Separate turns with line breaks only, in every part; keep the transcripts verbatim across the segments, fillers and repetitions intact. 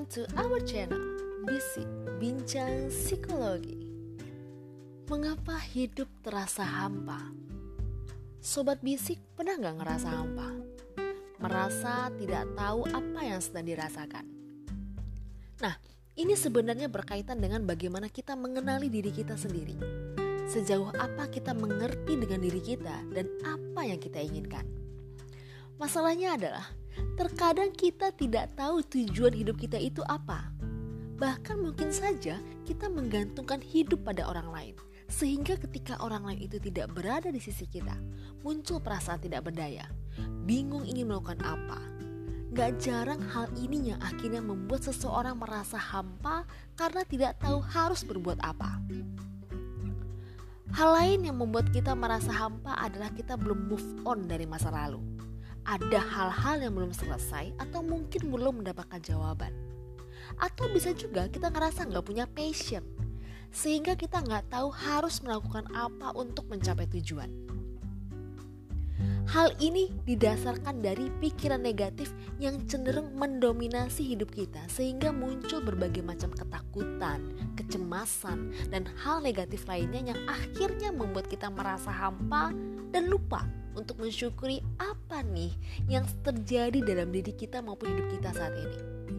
to our channel, Bisik Bincang Psikologi. Mengapa hidup terasa hampa? Sobat Bisik pernah gak ngerasa hampa? Merasa tidak tahu apa yang sedang dirasakan. Nah, ini sebenarnya berkaitan dengan bagaimana kita mengenali diri kita sendiri. Sejauh apa kita mengerti dengan diri kita dan apa yang kita inginkan. Masalahnya adalah, terkadang kita tidak tahu tujuan hidup kita itu apa. Bahkan mungkin saja kita menggantungkan hidup pada orang lain. Sehingga ketika orang lain itu tidak berada di sisi kita, muncul perasaan tidak berdaya, bingung ingin melakukan apa. Gak jarang hal ini yang akhirnya membuat seseorang merasa hampa karena tidak tahu harus berbuat apa. Hal lain yang membuat kita merasa hampa adalah kita belum move on dari masa lalu. Ada hal-hal yang belum selesai atau mungkin belum mendapatkan jawaban. Atau bisa juga kita ngerasa gak punya passion, sehingga kita gak tahu harus melakukan apa untuk mencapai tujuan. Hal ini didasarkan dari pikiran negatif yang cenderung mendominasi hidup kita, sehingga muncul berbagai macam ketakutan, kecemasan, dan hal negatif lainnya yang akhirnya membuat kita merasa hampa dan lupa untuk mensyukuri apa nih yang terjadi dalam diri kita maupun hidup kita saat ini.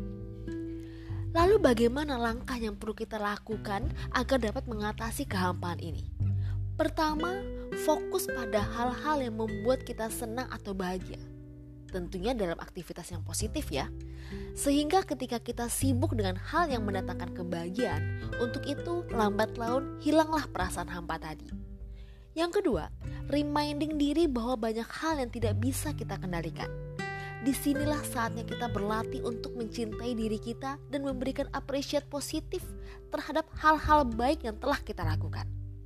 Lalu bagaimana langkah yang perlu kita lakukan agar dapat mengatasi kehampaan ini? Pertama, fokus pada hal-hal yang membuat kita senang atau bahagia. Tentunya dalam aktivitas yang positif ya. Sehingga ketika kita sibuk dengan hal yang mendatangkan kebahagiaan, untuk itu lambat laun hilanglah perasaan hampa tadi. Yang kedua, reminding diri bahwa banyak hal yang tidak bisa kita kendalikan. Disinilah saatnya kita berlatih untuk mencintai diri kita dan memberikan appreciate positif terhadap hal-hal baik yang telah kita lakukan.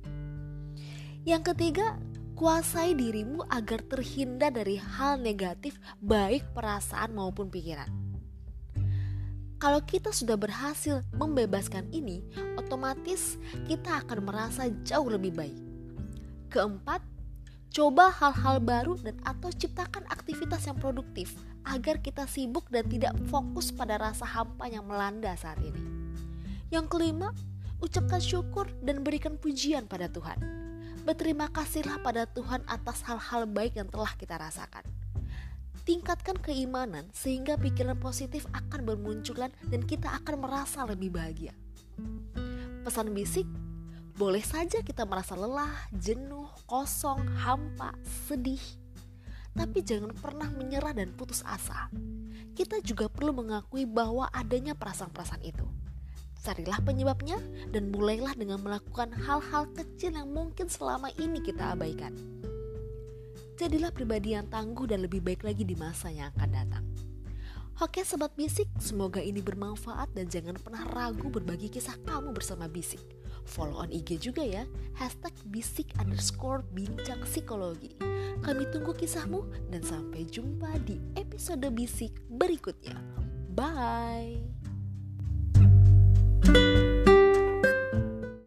Yang ketiga, kuasai dirimu agar terhindar dari hal negatif baik perasaan maupun pikiran. Kalau kita sudah berhasil membebaskan ini, otomatis kita akan merasa jauh lebih baik. Keempat, coba hal-hal baru dan atau ciptakan aktivitas yang produktif agar kita sibuk dan tidak fokus pada rasa hampa yang melanda saat ini. Yang kelima, ucapkan syukur dan berikan pujian pada Tuhan. Berterima kasihlah pada Tuhan atas hal-hal baik yang telah kita rasakan. Tingkatkan keimanan sehingga pikiran positif akan bermunculan dan kita akan merasa lebih bahagia. Pesan Bisik, boleh saja kita merasa lelah, jenuh, kosong, hampa, sedih. Tapi jangan pernah menyerah dan putus asa. Kita juga perlu mengakui bahwa adanya perasaan-perasaan itu. Carilah penyebabnya dan mulailah dengan melakukan hal-hal kecil yang mungkin selama ini kita abaikan. Jadilah pribadi yang tangguh dan lebih baik lagi di masa yang akan datang. Oke Sobat Bisik, semoga ini bermanfaat dan jangan pernah ragu berbagi kisah kamu bersama Bisik. Follow on I G juga ya, hashtag bisik underscore bincang psikologi. Kami tunggu kisahmu dan sampai jumpa di episode Bisik berikutnya. Bye!